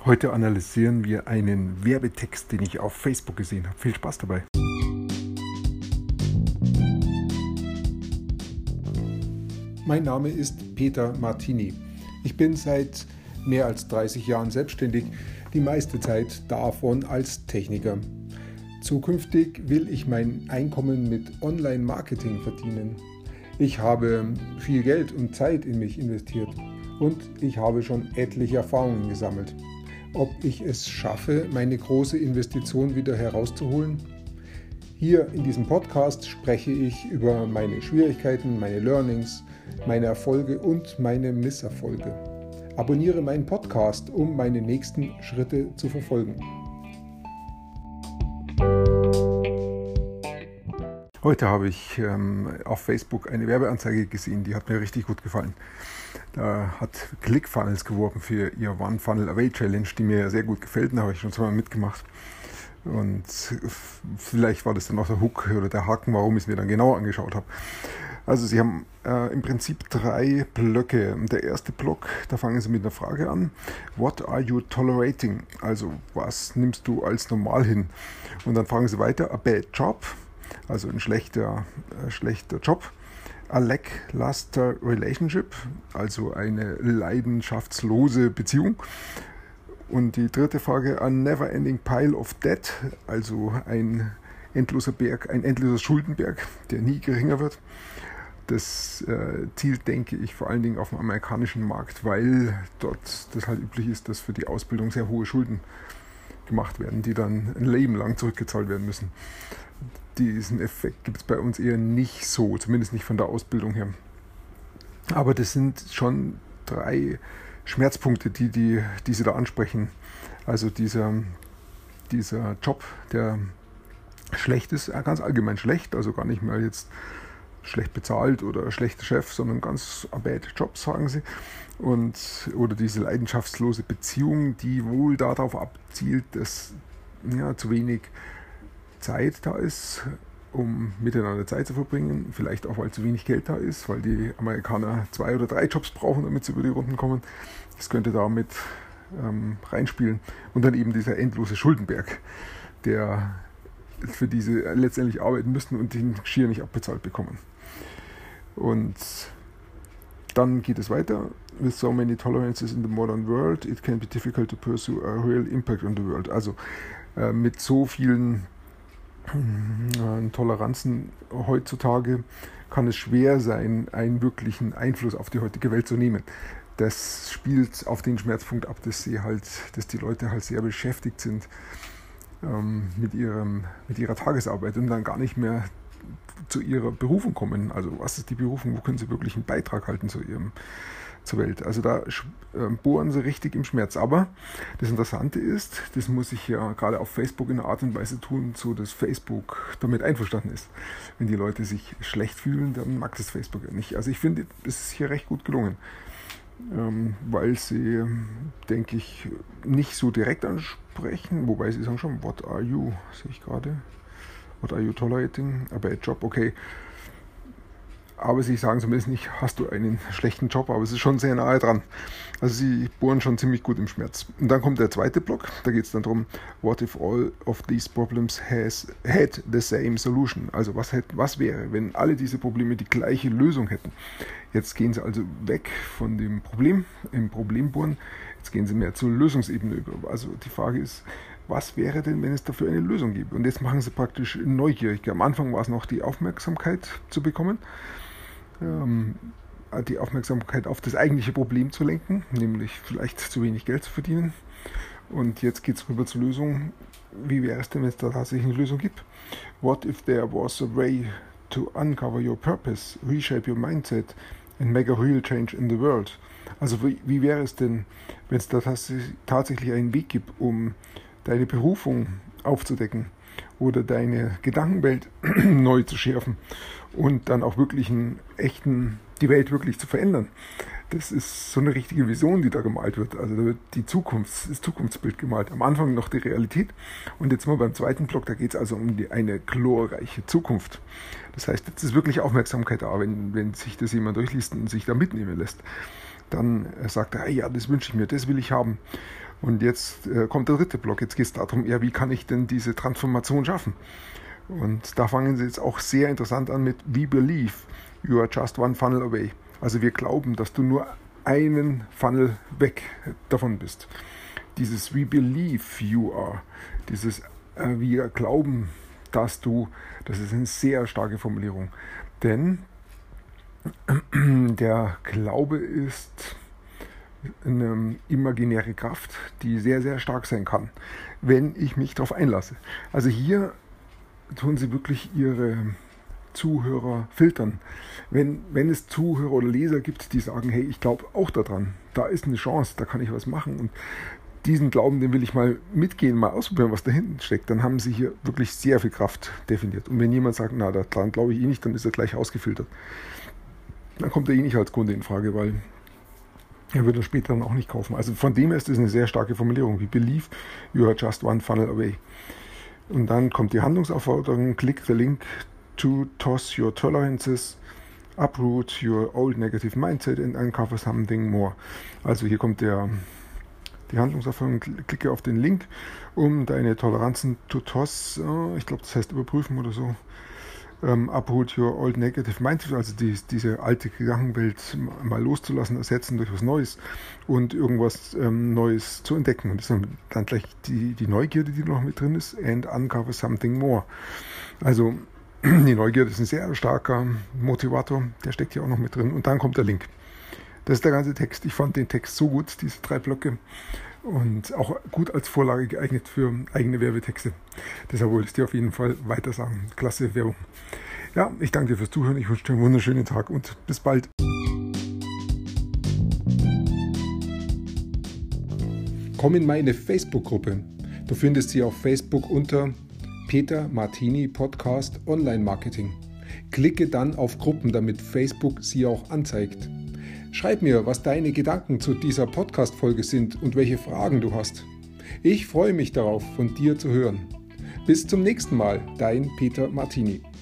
Heute analysieren wir einen Werbetext, den ich auf Facebook gesehen habe. Viel Spaß dabei. Mein Name ist Peter Martini. Ich bin seit mehr als 30 Jahren selbstständig, die meiste Zeit davon als Techniker. Zukünftig will ich mein Einkommen mit Online-Marketing verdienen. Ich habe viel Geld und Zeit in mich investiert und ich habe schon etliche Erfahrungen gesammelt. Ob ich es schaffe, meine große Investition wieder herauszuholen? Hier in diesem Podcast spreche ich über meine Schwierigkeiten, meine Learnings, meine Erfolge und meine Misserfolge. Abonniere meinen Podcast, um meine nächsten Schritte zu verfolgen. Heute habe ich auf Facebook eine Werbeanzeige gesehen, die hat mir richtig gut gefallen. Da hat ClickFunnels geworben für ihr One Funnel Away Challenge, die mir sehr gut gefällt. Da habe ich schon zweimal mitgemacht. Und vielleicht war das dann auch der Hook oder der Haken, warum ich es mir dann genauer angeschaut habe. Also sie haben im Prinzip 3 Blöcke. Der erste Block, da fangen sie mit einer Frage an. What are you tolerating? Also was nimmst du als normal hin? Und dann fragen sie weiter. A bad job, also ein schlechter Job. A lackluster relationship, also eine leidenschaftlose Beziehung. Und die dritte Frage, a never-ending pile of debt, also ein endloser Schuldenberg, der nie geringer wird. Das zielt, denke ich, vor allen Dingen auf den amerikanischen Markt, weil dort das halt üblich ist, dass für die Ausbildung sehr hohe Schulden gemacht werden, die dann ein Leben lang zurückgezahlt werden müssen. Diesen Effekt gibt es bei uns eher nicht so, zumindest nicht von der Ausbildung her. Aber das sind schon 3 Schmerzpunkte, die sie da ansprechen. Also dieser Job, der schlecht ist, ganz allgemein schlecht, also gar nicht mehr jetzt schlecht bezahlt oder schlechter Chef, sondern ganz a bad Job, sagen sie. Oder diese leidenschaftslose Beziehung, die wohl darauf abzielt, dass zu wenig Zeit da ist, um miteinander Zeit zu verbringen, vielleicht auch, weil zu wenig Geld da ist, weil die Amerikaner 2 oder 3 Jobs brauchen, damit sie über die Runden kommen. Das könnte da mit reinspielen. Und dann eben dieser endlose Schuldenberg, der für diese letztendlich arbeiten müssten und den schier nicht abbezahlt bekommen. Und dann geht es weiter. With so many tolerances in the modern world, it can be difficult to pursue a real impact on the world. Also mit so vielen Toleranzen heutzutage kann es schwer sein, einen wirklichen Einfluss auf die heutige Welt zu nehmen. Das spielt auf den Schmerzpunkt ab, dass die Leute halt sehr beschäftigt sind mit ihrer Tagesarbeit und dann gar nicht mehr zu ihrer Berufung kommen. Also was ist die Berufung? Wo können sie wirklich einen Beitrag halten zur Welt? Also da bohren sie richtig im Schmerz. Aber das Interessante ist, das muss ich ja gerade auf Facebook in einer Art und Weise tun, so dass Facebook damit einverstanden ist. Wenn die Leute sich schlecht fühlen, dann mag das Facebook ja nicht. Also ich finde, das ist hier recht gut gelungen, weil sie, denke ich, nicht so direkt ansprechen, wobei sie sagen schon, what are you, sehe ich gerade, what are you tolerating, a bad job, okay. Aber sie sagen zumindest nicht, hast du einen schlechten Job, aber es ist schon sehr nahe dran. Also sie bohren schon ziemlich gut im Schmerz. Und dann kommt der zweite Block, da geht es dann darum, what if all of these problems had the same solution? Also was wäre, wenn alle diese Probleme die gleiche Lösung hätten? Jetzt gehen sie also weg von dem Problem, im Problembohren, jetzt gehen sie mehr zur Lösungsebene über. Also die Frage ist, was wäre denn, wenn es dafür eine Lösung gäbe? Und jetzt machen sie praktisch neugierig. Am Anfang war es noch die Aufmerksamkeit zu bekommen, die Aufmerksamkeit auf das eigentliche Problem zu lenken, nämlich vielleicht zu wenig Geld zu verdienen. Und jetzt geht es rüber zur Lösung. Wie wäre es denn, wenn es da tatsächlich eine Lösung gibt? What if there was a way to uncover your purpose, reshape your mindset and make a real change in the world? Also wie wäre es denn, wenn es da tatsächlich einen Weg gibt, um deine Berufung aufzudecken oder deine Gedankenwelt neu zu schärfen und dann auch wirklich die Welt wirklich zu verändern. Das ist so eine richtige Vision, die da gemalt wird. Also da wird das Zukunftsbild gemalt. Am Anfang noch die Realität und jetzt mal beim zweiten Block, da geht es also um eine glorreiche Zukunft. Das heißt, jetzt ist wirklich Aufmerksamkeit da, wenn sich das jemand durchliest und sich da mitnehmen lässt. Dann sagt er, ja, das wünsche ich mir, das will ich haben. Und jetzt kommt der dritte Block. Jetzt geht es darum, wie kann ich denn diese Transformation schaffen? Und da fangen sie jetzt auch sehr interessant an mit We believe you are just one funnel away. Also wir glauben, dass du nur einen Funnel weg davon bist. Dieses We believe you are, dieses wir glauben, dass du, das ist eine sehr starke Formulierung. Denn der Glaube ist eine imaginäre Kraft, die sehr, sehr stark sein kann, wenn ich mich darauf einlasse. Also hier tun sie wirklich ihre Zuhörer filtern. Wenn es Zuhörer oder Leser gibt, die sagen, hey, ich glaube auch daran, da ist eine Chance, da kann ich was machen und diesen Glauben, den will ich mal mitgehen, mal ausprobieren, was da hinten steckt, dann haben sie hier wirklich sehr viel Kraft definiert. Und wenn jemand sagt, na, daran glaube ich eh nicht, dann ist er gleich ausgefiltert. Dann kommt er eh nicht als Kunde in Frage, weil er würde später dann auch nicht kaufen. Also von dem her ist das eine sehr starke Formulierung. We believe you are just one funnel away. Und dann kommt die Handlungsaufforderung, click the link to toss your tolerances, uproot your old negative mindset and uncover something more. Also hier kommt die Handlungsaufforderung, klicke auf den Link, um deine Toleranzen to toss, ich glaube das heißt überprüfen oder so, uproot your old negative mindset, also diese alte Gedankenwelt mal loszulassen, ersetzen durch was Neues und irgendwas Neues zu entdecken. Und das ist dann gleich die Neugierde, die noch mit drin ist, and uncover something more. Also die Neugierde ist ein sehr starker Motivator, der steckt hier auch noch mit drin. Und dann kommt der Link. Das ist der ganze Text. Ich fand den Text so gut, diese 3 Blöcke. Und auch gut als Vorlage geeignet für eigene Werbetexte. Deshalb wollte ich dir auf jeden Fall weiter sagen. Klasse Werbung. Ja, ich danke dir fürs Zuhören. Ich wünsche dir einen wunderschönen Tag und bis bald. Komm in meine Facebook-Gruppe. Du findest sie auf Facebook unter Peter Martini Podcast Online Marketing. Klicke dann auf Gruppen, damit Facebook sie auch anzeigt. Schreib mir, was deine Gedanken zu dieser Podcast-Folge sind und welche Fragen du hast. Ich freue mich darauf, von dir zu hören. Bis zum nächsten Mal, dein Peter Martini.